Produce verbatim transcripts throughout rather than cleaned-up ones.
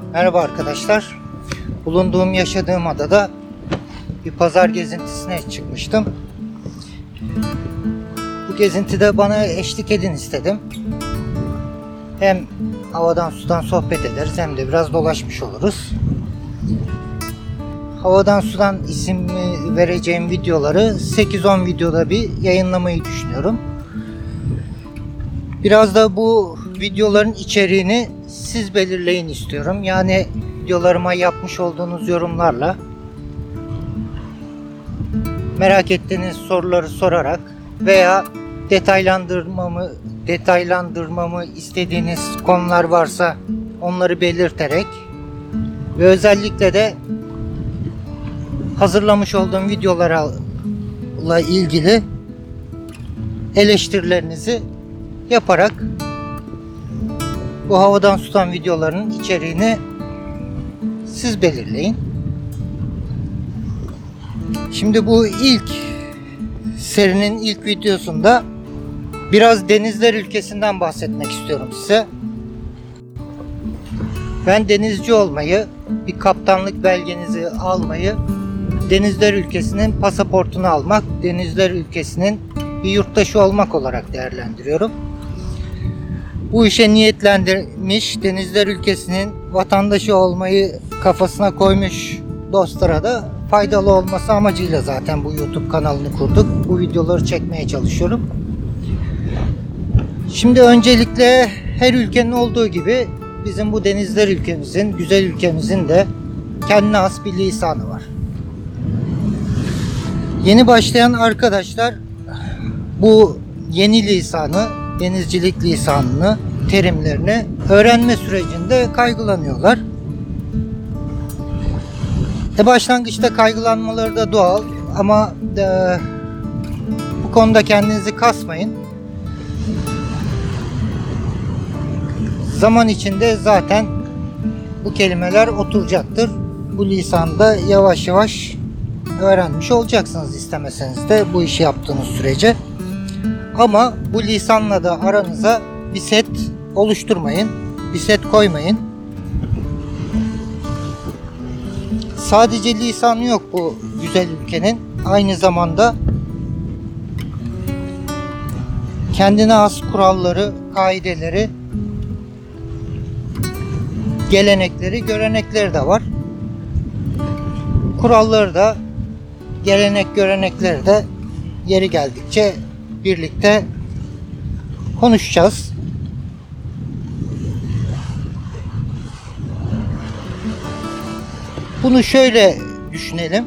Merhaba arkadaşlar. Bulunduğum, yaşadığım adada bir pazar gezintisine çıkmıştım. Bu gezintide bana eşlik edin istedim. Hem havadan sudan sohbet ederiz hem de biraz dolaşmış oluruz. Havadan sudan isimli vereceğim videoları sekiz on videoda bir yayınlamayı düşünüyorum. Biraz da bu videoların içeriğini siz belirleyin istiyorum. Yani videolarıma yapmış olduğunuz yorumlarla, merak ettiğiniz soruları sorarak veya detaylandırmamı detaylandırmamı istediğiniz konular varsa onları belirterek ve özellikle de hazırlamış olduğum videolarla ilgili eleştirilerinizi yaparak bu havadan sudan videolarının içeriğini siz belirleyin. Şimdi bu ilk serinin ilk videosunda biraz denizler ülkesinden bahsetmek istiyorum size. Ben denizci olmayı, bir kaptanlık belgenizi almayı, denizler ülkesinin pasaportunu almak, denizler ülkesinin bir yurttaşı olmak olarak değerlendiriyorum. Bu işe niyetlendirmiş, denizler ülkesinin vatandaşı olmayı kafasına koymuş dostlara da faydalı olması amacıyla zaten bu YouTube kanalını kurduk. Bu videoları çekmeye çalışıyorum. Şimdi öncelikle her ülkenin olduğu gibi bizim bu denizler ülkemizin, güzel ülkemizin de kendine has bir lisanı var. Yeni başlayan arkadaşlar bu yeni lisanı, denizcilik lisanını, terimlerini öğrenme sürecinde kaygılanıyorlar. E başlangıçta kaygılanmaları da doğal ama e, bu konuda kendinizi kasmayın. Zaman içinde zaten bu kelimeler oturacaktır. Bu lisanda yavaş yavaş öğrenmiş olacaksınız istemeseniz de bu işi yaptığınız sürece. Ama bu lisanla da aranıza bir set oluşturmayın, bir set koymayın. Sadece lisanı yok bu güzel ülkenin. Aynı zamanda kendine has kuralları, kaideleri, gelenekleri, görenekleri de var. Kuralları da, gelenek, görenekleri de yeri geldikçe birlikte konuşacağız. Bunu şöyle düşünelim.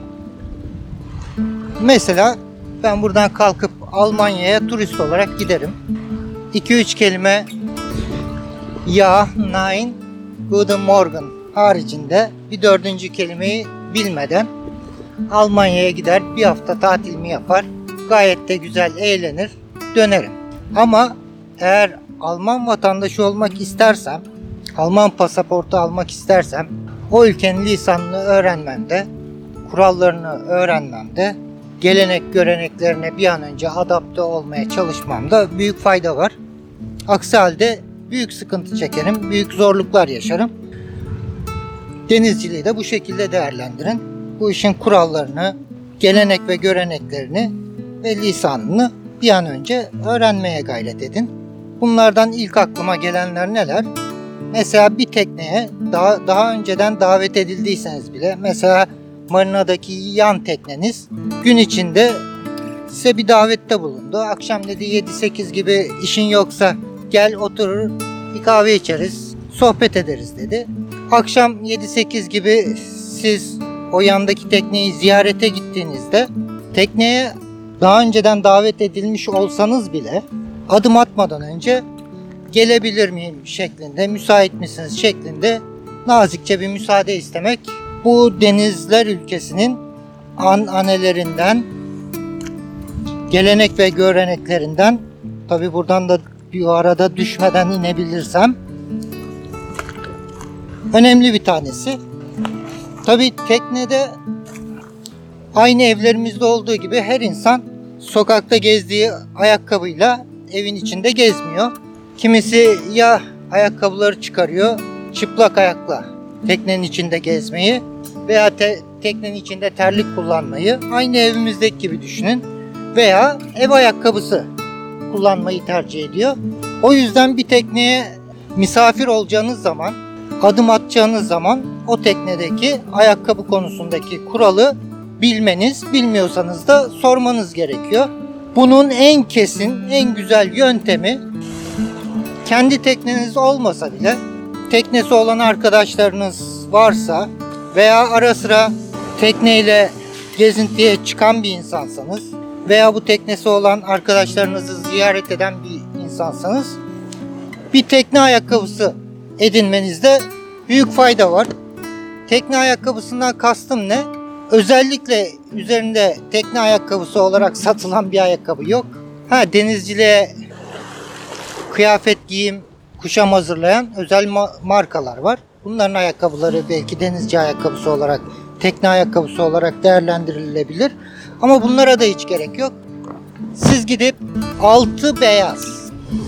Mesela ben buradan kalkıp Almanya'ya turist olarak giderim. iki üç kelime ja, nein, guten Morgen haricinde bir dördüncü kelimeyi bilmeden Almanya'ya gider, bir hafta tatilimi yapar, gayet de güzel eğlenir, dönerim. Ama eğer Alman vatandaşı olmak istersem, Alman pasaportu almak istersem, o ülkenin lisanını öğrenmemde, kurallarını öğrenmemde, gelenek göreneklerine bir an önce adapte olmaya çalışmamda büyük fayda var. Aksi halde büyük sıkıntı çekerim, büyük zorluklar yaşarım. Denizciliği de bu şekilde değerlendirin. Bu işin kurallarını, gelenek ve göreneklerini ve lisanını bir an önce öğrenmeye gayret edin. Bunlardan ilk aklıma gelenler neler? Mesela bir tekneye daha, daha önceden davet edildiyseniz bile, mesela marinadaki yan tekneniz gün içinde size bir davette bulundu. Akşam dedi yedi sekiz gibi işin yoksa gel oturur bir kahve içeriz, sohbet ederiz dedi. Akşam yedi sekiz gibi siz o yandaki tekneyi ziyarete gittiğinizde tekneye daha önceden davet edilmiş olsanız bile adım atmadan önce gelebilir miyim şeklinde, müsait misiniz şeklinde nazikçe bir müsaade istemek bu denizler ülkesinin an anelerinden, gelenek ve göreneklerinden, tabi buradan da bir arada düşmeden inebilirsem önemli bir tanesi. Tabi teknede aynı evlerimizde olduğu gibi her insan sokakta gezdiği ayakkabıyla evin içinde gezmiyor. Kimisi ya ayakkabıları çıkarıyor, çıplak ayakla teknenin içinde gezmeyi veya te- teknenin içinde terlik kullanmayı aynı evimizdeki gibi düşünün veya ev ayakkabısı kullanmayı tercih ediyor. O yüzden bir tekneye misafir olacağınız zaman, adım atacağınız zaman o teknedeki ayakkabı konusundaki kuralı bilmeniz, bilmiyorsanız da sormanız gerekiyor. Bunun en kesin, en güzel yöntemi kendi tekneniz olmasa bile teknesi olan arkadaşlarınız varsa veya ara sıra tekneyle gezintiye çıkan bir insansanız veya bu teknesi olan arkadaşlarınızı ziyaret eden bir insansanız bir tekne ayakkabısı edinmenizde büyük fayda var. Tekne ayakkabısından kastım ne? Özellikle üzerinde tekne ayakkabısı olarak satılan bir ayakkabı yok. Ha, denizciliğe kıyafet, giyim, kuşam hazırlayan özel ma- markalar var. Bunların ayakkabıları belki denizci ayakkabısı olarak, tekne ayakkabısı olarak değerlendirilebilir. Ama bunlara da hiç gerek yok. Siz gidip altı beyaz,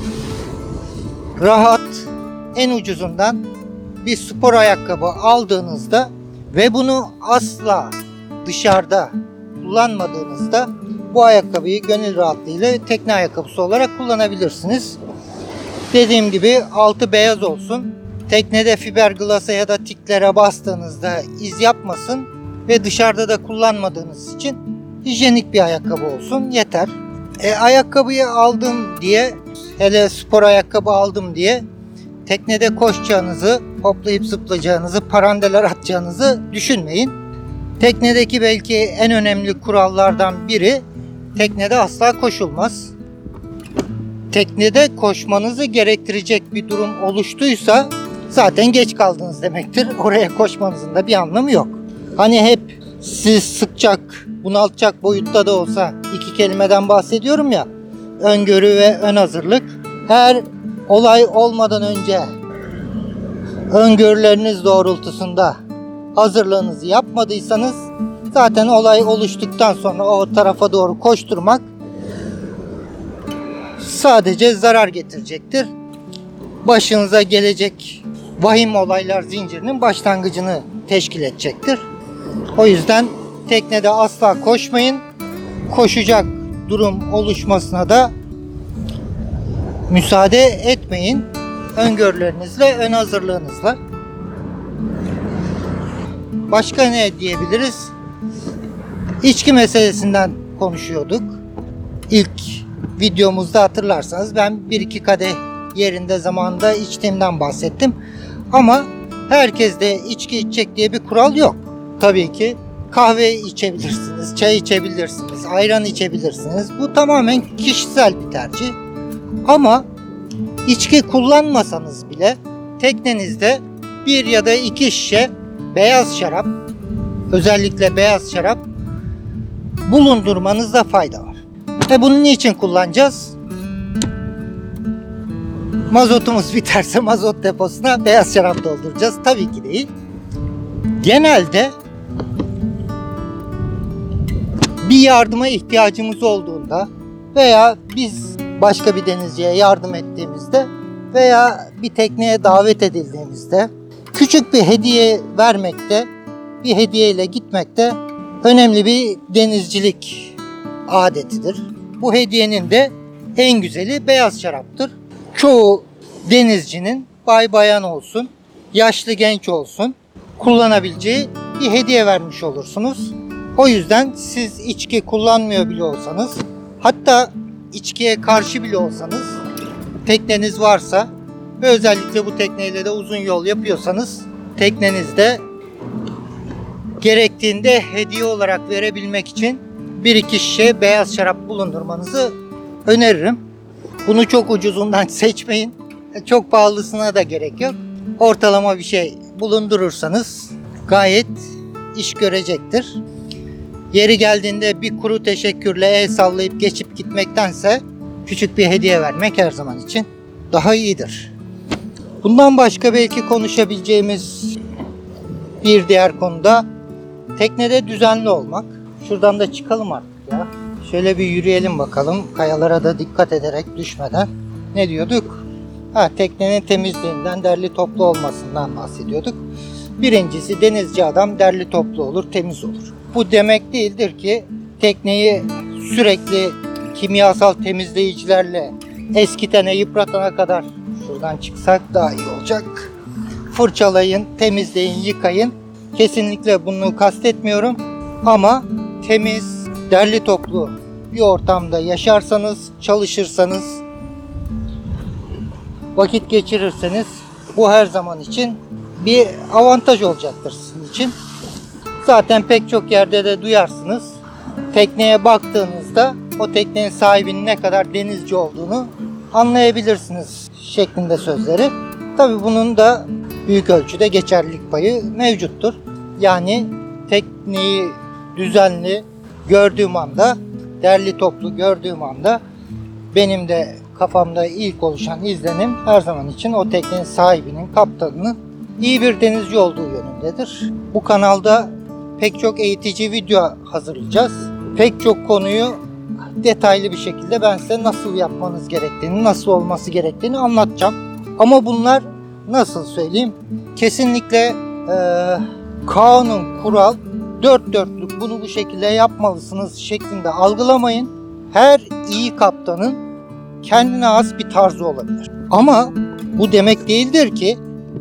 rahat, en ucuzundan bir spor ayakkabı aldığınızda ve bunu asla dışarıda kullanmadığınızda bu ayakkabıyı gönül rahatlığıyla tekne ayakkabısı olarak kullanabilirsiniz. Dediğim gibi altı beyaz olsun. Teknede fiberglasa ya da tiklere bastığınızda iz yapmasın ve dışarıda da kullanmadığınız için hijyenik bir ayakkabı olsun yeter. E, ayakkabıyı aldım diye, hele spor ayakkabı aldım diye teknede koşacağınızı, hoplayıp zıplayacağınızı, parandeler atacağınızı düşünmeyin. Teknedeki belki en önemli kurallardan biri, teknede asla koşulmaz. Teknede koşmanızı gerektirecek bir durum oluştuysa zaten geç kaldınız demektir. Oraya koşmanızın da bir anlamı yok. Hani hep siz sıkacak, bunaltacak boyutta da olsa iki kelimeden bahsediyorum ya. Öngörü ve ön hazırlık. Her olay olmadan önce öngörüleriniz doğrultusunda hazırlığınızı yapmadıysanız zaten olay oluştuktan sonra o tarafa doğru koşturmak sadece zarar getirecektir. Başınıza gelecek vahim olaylar zincirinin başlangıcını teşkil edecektir. O yüzden teknede asla koşmayın. Koşacak durum oluşmasına da müsaade etmeyin. Öngörülerinizle, ön hazırlığınızla. Başka ne diyebiliriz? İçki meselesinden konuşuyorduk. İlk videomuzda hatırlarsanız ben bir iki kadeh yerinde zamanında içtiğimden bahsettim. Ama herkes de içki içecek diye bir kural yok. Tabii ki kahve içebilirsiniz, çay içebilirsiniz, ayran içebilirsiniz. Bu tamamen kişisel bir tercih. Ama içki kullanmasanız bile teknenizde bir ya da iki şişe beyaz şarap, özellikle beyaz şarap bulundurmanızda fayda var. E bunu niçin kullanacağız? Mazotumuz biterse mazot deposuna beyaz şarap dolduracağız. Tabii ki değil. Genelde bir yardıma ihtiyacımız olduğunda veya biz başka bir denizciye yardım ettiğimizde veya bir tekneye davet edildiğimizde küçük bir hediye vermekte, bir hediyeyle gitmekte önemli bir denizcilik adetidir. Bu hediyenin de en güzeli beyaz şaraptır. Çoğu denizcinin bay bayan olsun, yaşlı genç olsun kullanabileceği bir hediye vermiş olursunuz. O yüzden siz içki kullanmıyor bile olsanız, hatta içkiye karşı bile olsanız, tekneniz varsa ve özellikle bu tekneyle de uzun yol yapıyorsanız teknenizde gerektiğinde hediye olarak verebilmek için bir iki şişe beyaz şarap bulundurmanızı öneririm. Bunu çok ucuzundan seçmeyin. Çok pahalısına da gerek yok. Ortalama bir şey bulundurursanız gayet iş görecektir. Yeri geldiğinde bir kuru teşekkürle el sallayıp geçip gitmektense küçük bir hediye vermek her zaman için daha iyidir. Bundan başka belki konuşabileceğimiz bir diğer konuda teknede düzenli olmak. Şuradan da çıkalım artık ya. Şöyle bir yürüyelim bakalım. Kayalara da dikkat ederek düşmeden. Ne diyorduk? Ha, teknenin temizliğinden, derli toplu olmasından bahsediyorduk. Birincisi, denizci adam derli toplu olur, temiz olur. Bu demek değildir ki tekneyi sürekli kimyasal temizleyicilerle eskitene, yıpratana kadar, şuradan çıksak daha iyi olacak, fırçalayın, temizleyin, yıkayın. Kesinlikle bunu kastetmiyorum. Ama temiz, derli toplu bir ortamda yaşarsanız, çalışırsanız, vakit geçirirseniz bu her zaman için bir avantaj olacaktır sizin için. Zaten pek çok yerde de duyarsınız. Tekneye baktığınızda o teknenin sahibinin ne kadar denizci olduğunu anlayabilirsiniz şeklinde sözleri. Tabii bunun da büyük ölçüde geçerlilik payı mevcuttur. Yani tekneyi düzenli gördüğüm anda, derli toplu gördüğüm anda benim de kafamda ilk oluşan izlenim her zaman için o teknenin sahibinin, kaptanının iyi bir denizci olduğu yönündedir. Bu kanalda pek çok eğitici video hazırlayacağız. Pek çok konuyu detaylı bir şekilde ben size nasıl yapmanız gerektiğini, nasıl olması gerektiğini anlatacağım. Ama bunlar, nasıl söyleyeyim, kesinlikle e, kanun, kural, dört dörtlük bunu bu şekilde yapmalısınız şeklinde algılamayın. Her iyi kaptanın kendine has bir tarzı olabilir. Ama bu demek değildir ki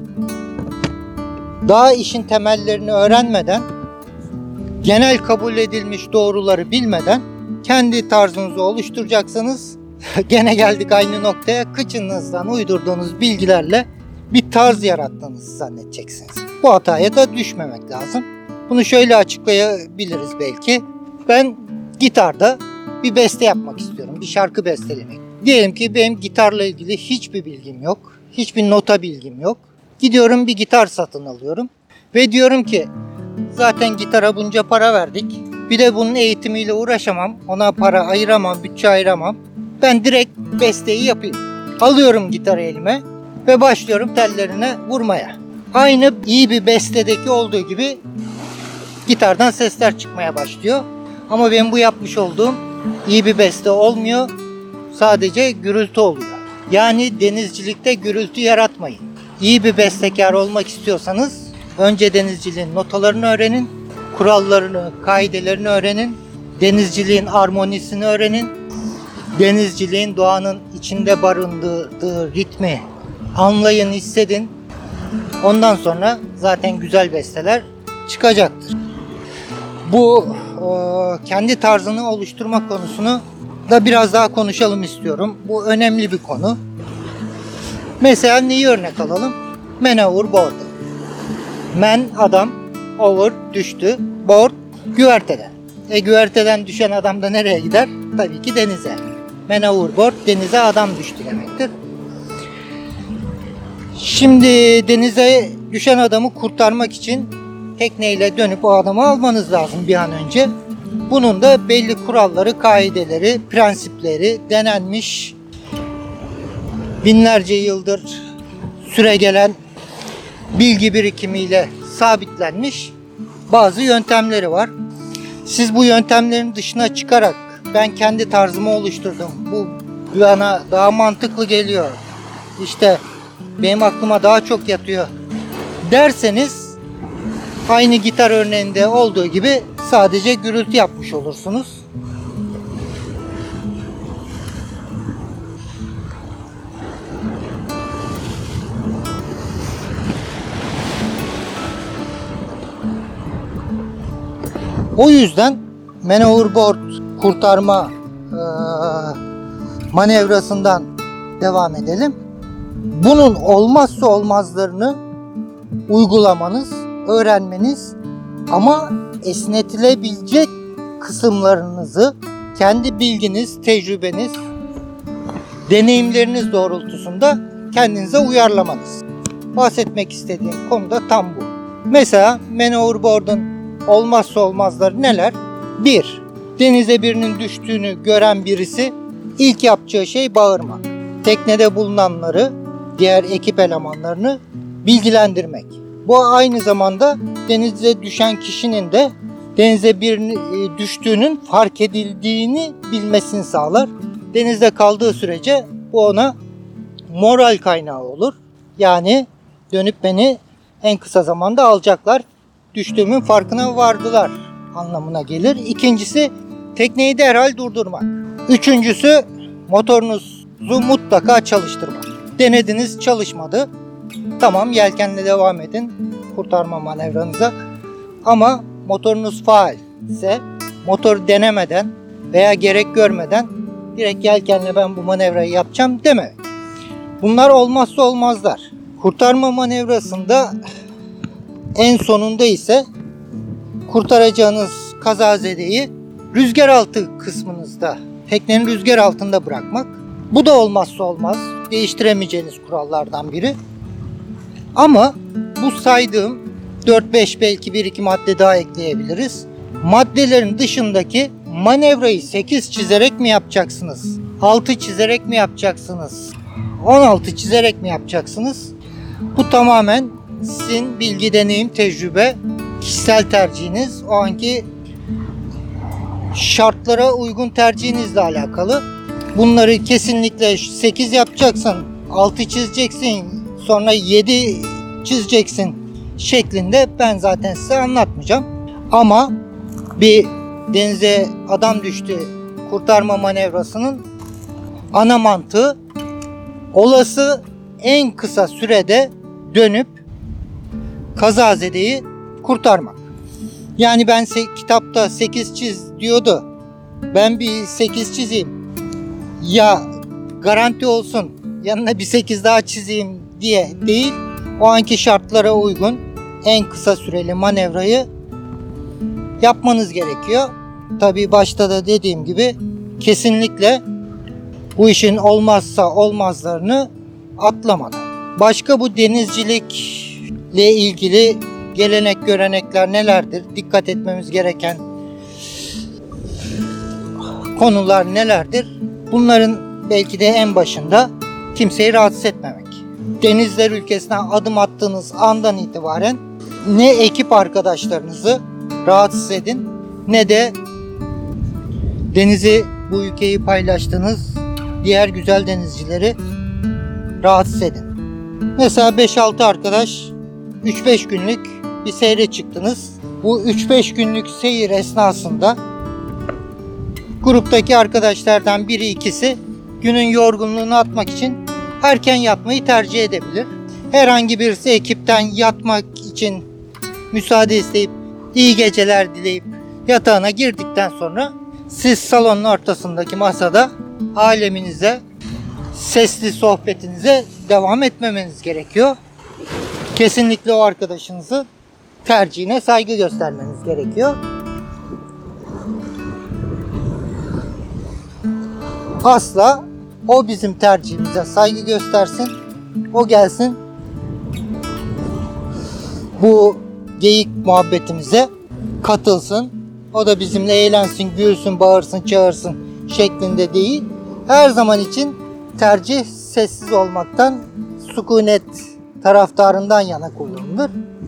daha işin temellerini öğrenmeden, genel kabul edilmiş doğruları bilmeden kendi tarzınızı oluşturacaksınız. Gene geldik aynı noktaya. Kıçınızdan uydurduğunuz bilgilerle bir tarz yarattığınızı zannedeceksiniz. Bu hataya da düşmemek lazım. Bunu şöyle açıklayabiliriz belki. Ben gitarda bir beste yapmak istiyorum. Bir şarkı bestelemek. Diyelim ki benim gitarla ilgili hiçbir bilgim yok. Hiçbir nota bilgim yok. Gidiyorum, bir gitar satın alıyorum. Ve diyorum ki zaten gitara bunca para verdik. Bir de bunun eğitimiyle uğraşamam. Ona para ayıramam, bütçe ayıramam. Ben direkt besteyi yapayım. Alıyorum gitarı elime ve başlıyorum tellerine vurmaya. Aynı iyi bir bestedeki olduğu gibi gitardan sesler çıkmaya başlıyor. Ama benim bu yapmış olduğum iyi bir beste olmuyor. Sadece gürültü oluyor. Yani denizcilikte gürültü yaratmayın. İyi bir bestekar olmak istiyorsanız önce denizciliğin notalarını öğrenin, kurallarını, kaidelerini öğrenin, denizciliğin armonisini öğrenin, denizciliğin doğanın içinde barındırdığı ritmi anlayın, hissedin. Ondan sonra zaten güzel besteler çıkacaktır. Bu e, kendi tarzını oluşturma konusunu da biraz daha konuşalım istiyorum. Bu önemli bir konu. Mesela neyi örnek alalım? Man overboard'u. Man adam, over düştü, board güverteden. E güverteden düşen adam da nereye gider? Tabii ki denize. Man overboard, denize adam düştü demektir. Şimdi denize düşen adamı kurtarmak için tekneyle dönüp o adamı almanız lazım bir an önce. Bunun da belli kuralları, kaideleri, prensipleri, denenmiş, binlerce yıldır süregelen bilgi birikimiyle sabitlenmiş bazı yöntemleri var. Siz bu yöntemlerin dışına çıkarak ben kendi tarzımı oluşturdum, bu bana daha mantıklı geliyor, İşte benim aklıma daha çok yatıyor derseniz, aynı gitar örneğinde olduğu gibi sadece gürültü yapmış olursunuz. O yüzden man overboard kurtarma e, manevrasından devam edelim. Bunun olmazsa olmazlarını uygulamanız, öğrenmeniz ama esnetilebilecek kısımlarınızı kendi bilginiz, tecrübeniz, deneyimleriniz doğrultusunda kendinize uyarlamanız. Bahsetmek istediğim konu da tam bu. Mesela man overboard'un olmazsa olmazları neler? bir. Denize birinin düştüğünü gören birisi ilk yapacağı şey bağırmak. Teknede bulunanları, diğer ekip elemanlarını bilgilendirmek. Bu aynı zamanda denize düşen kişinin de denize birinin düştüğünün fark edildiğini bilmesini sağlar. Denizde kaldığı sürece bu ona moral kaynağı olur. Yani dönüp beni en kısa zamanda alacaklar. Düştüğümün farkına vardılar anlamına gelir. İkincisi, tekneyi derhal durdurmak. Üçüncüsü, motorunuzu mutlaka çalıştırmak. Denediniz, çalışmadı. Tamam, yelkenle devam edin kurtarma manevranıza. Ama motorunuz faal ise motoru denemeden veya gerek görmeden direkt yelkenle ben bu manevrayı yapacağım deme. Bunlar olmazsa olmazlar. Kurtarma manevrasında en sonunda ise kurtaracağınız kazazedeyi rüzgar altı kısmınızda, teknenin rüzgar altında bırakmak. Bu da olmazsa olmaz, değiştiremeyeceğiniz kurallardan biri. Ama bu saydığım dört beş, belki bir iki madde daha ekleyebiliriz. Maddelerin dışındaki manevrayı sekiz çizerek mi yapacaksınız? altı çizerek mi yapacaksınız? on altı çizerek mi yapacaksınız? Bu tamamen sizin bilgi, deneyim, tecrübe, kişisel tercihiniz, o anki şartlara uygun tercihinizle alakalı. Bunları kesinlikle sekiz yapacaksın, altı çizeceksin, sonra yedi çizeceksin şeklinde ben zaten size anlatmayacağım. Ama bir denize adam düştü kurtarma manevrasının ana mantığı olası en kısa sürede dönüp kazazedeyi kurtarmak. Yani ben se- kitapta sekiz çiz diyordu. Ben bir sekiz çizeyim. Ya garanti olsun yanına bir sekiz daha çizeyim diye değil. O anki şartlara uygun en kısa süreli manevrayı yapmanız gerekiyor. Tabii başta da dediğim gibi kesinlikle bu işin olmazsa olmazlarını atlamadan. Başka bu denizcilikle ilgili gelenek, görenekler nelerdir? Dikkat etmemiz gereken konular nelerdir? Bunların belki de en başında kimseyi rahatsız etmemek. Denizler ülkesine adım attığınız andan itibaren ne ekip arkadaşlarınızı rahatsız edin ne de denizi, bu ülkeyi paylaştığınız diğer güzel denizcileri rahatsız edin. Mesela beş altı arkadaş üç beş günlük bir seyre çıktınız. Bu üç beş günlük seyir esnasında gruptaki arkadaşlardan biri ikisi günün yorgunluğunu atmak için erken yatmayı tercih edebilir. Herhangi birisi ekipten yatmak için müsaade isteyip iyi geceler dileyip yatağına girdikten sonra siz salonun ortasındaki masada aleminize, sesli sohbetinize devam etmemeniz gerekiyor. Kesinlikle o arkadaşınızın tercihine saygı göstermeniz gerekiyor. Asla o bizim tercihimize saygı göstersin, o gelsin bu geyik muhabbetimize katılsın, o da bizimle eğlensin, gülsün, bağırsın, çağırsın şeklinde değil. Her zaman için tercih sessiz olmaktan, sükunet taraftarından yana kullanılır.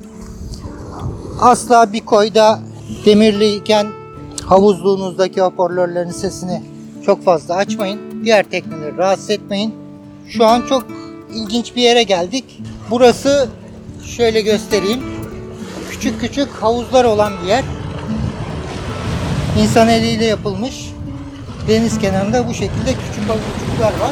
Asla bir koyda demirliyken havuzluğunuzdaki hoparlörlerin sesini çok fazla açmayın. Diğer tekneleri rahatsız etmeyin. Şu an çok ilginç bir yere geldik. Burası, şöyle göstereyim, küçük küçük havuzlar olan bir yer. İnsan eliyle yapılmış. Deniz kenarında bu şekilde küçük havuzcuklar var.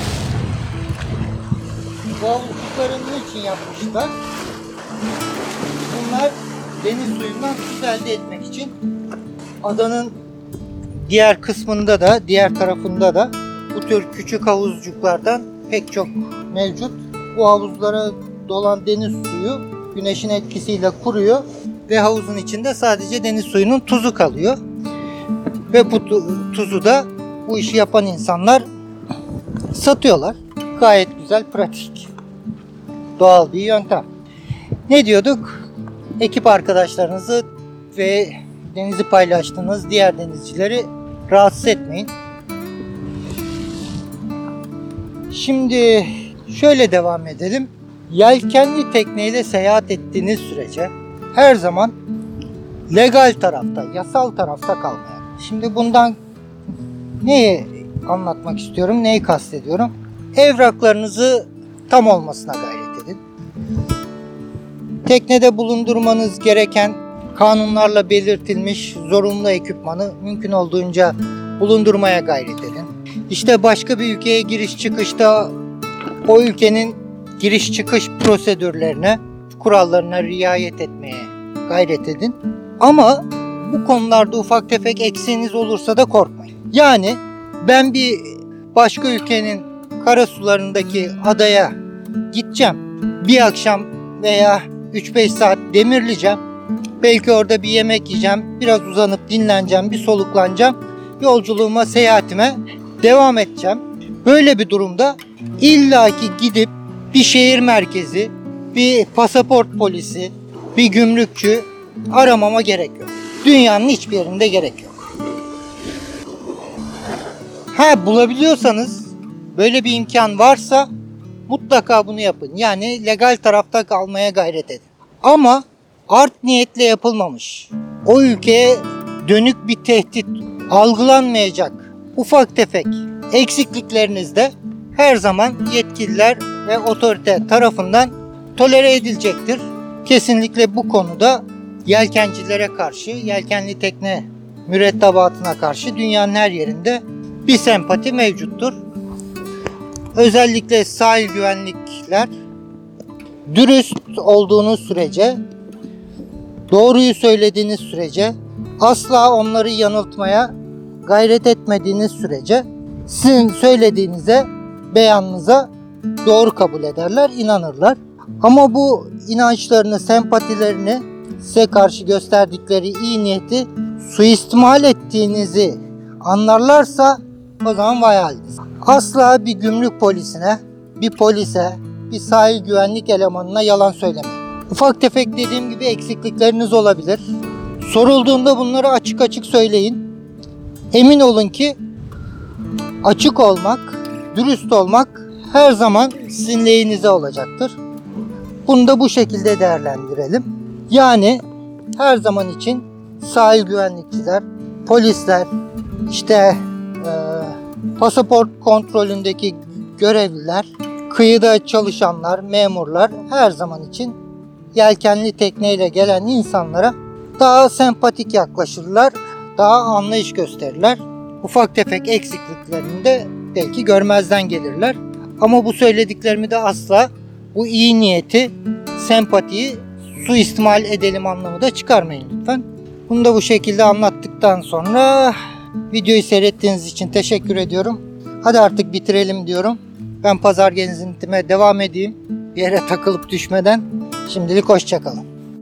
Bu havuzcukları niçin yapmışlar? Bunlar deniz suyundan su elde etmek için. Adanın diğer kısmında da, diğer tarafında da bu tür küçük havuzcuklardan pek çok mevcut. Bu havuzlara dolan deniz suyu güneşin etkisiyle kuruyor ve havuzun içinde sadece deniz suyunun tuzu kalıyor. Ve bu tuzu da bu işi yapan insanlar satıyorlar. Gayet güzel, pratik, doğal bir yöntem. Ne diyorduk? Ekip arkadaşlarınızı ve denizi paylaştığınız diğer denizcileri rahatsız etmeyin. Şimdi şöyle devam edelim. Yelkenli tekneyle seyahat ettiğiniz sürece her zaman legal tarafta, yasal tarafta kalmayın. Şimdi bundan neyi anlatmak istiyorum, neyi kastediyorum? Evraklarınızı tam olmasına gayret edin. Teknede bulundurmanız gereken kanunlarla belirtilmiş zorunlu ekipmanı mümkün olduğunca bulundurmaya gayret edin. İşte başka bir ülkeye giriş çıkışta o ülkenin giriş çıkış prosedürlerine, kurallarına riayet etmeye gayret edin. Ama bu konularda ufak tefek eksiğiniz olursa da korkmayın. Yani ben bir başka ülkenin karasularındaki adaya gideceğim. Bir akşam veya üç beş saat demirleyeceğim. Belki orada bir yemek yiyeceğim. Biraz uzanıp dinleneceğim, bir soluklanacağım. Yolculuğuma, seyahatime devam edeceğim. Böyle bir durumda illaki gidip bir şehir merkezi, bir pasaport polisi, bir gümrükçü aramama gerek yok. Dünyanın hiçbir yerinde gerek yok. Ha, bulabiliyorsanız, böyle bir imkan varsa mutlaka bunu yapın. Yani legal tarafta kalmaya gayret edin. Ama art niyetle yapılmamış, o ülkeye dönük bir tehdit algılanmayacak ufak tefek eksikliklerinizde her zaman yetkililer ve otorite tarafından tolere edilecektir. Kesinlikle bu konuda yelkencilere karşı, yelkenli tekne mürettebatına karşı dünyanın her yerinde bir sempati mevcuttur. Özellikle sahil güvenlikler dürüst olduğunuz sürece, doğruyu söylediğiniz sürece, asla onları yanıltmaya gayret etmediğiniz sürece sizin söylediğinize, beyanınıza doğru kabul ederler, inanırlar. Ama bu inançlarını, sempatilerini, size karşı gösterdikleri iyi niyeti suistimal ettiğinizi anlarlarsa o zaman vay haliniz. Asla bir gümrük polisine, bir polise, bir sahil güvenlik elemanına yalan söylemeyin. Ufak tefek dediğim gibi eksiklikleriniz olabilir. Sorulduğunda bunları açık açık söyleyin. Emin olun ki açık olmak, dürüst olmak her zaman sizin lehinize olacaktır. Bunu da bu şekilde değerlendirelim. Yani her zaman için sahil güvenlikçiler, polisler, işte e, pasaport kontrolündeki görevliler, kıyıda çalışanlar, memurlar her zaman için yelkenli tekneyle gelen insanlara daha sempatik yaklaşırlar, daha anlayış gösterirler. Ufak tefek eksikliklerini de belki görmezden gelirler. Ama bu söylediklerimi de asla bu iyi niyeti, sempatiyi suistimal edelim anlamı da çıkarmayın lütfen. Bunu da bu şekilde anlattıktan sonra videoyu seyrettiğiniz için teşekkür ediyorum. Hadi artık bitirelim diyorum. Ben pazar gezintime devam edeyim. Bir yere takılıp düşmeden. Şimdilik hoşça kalın.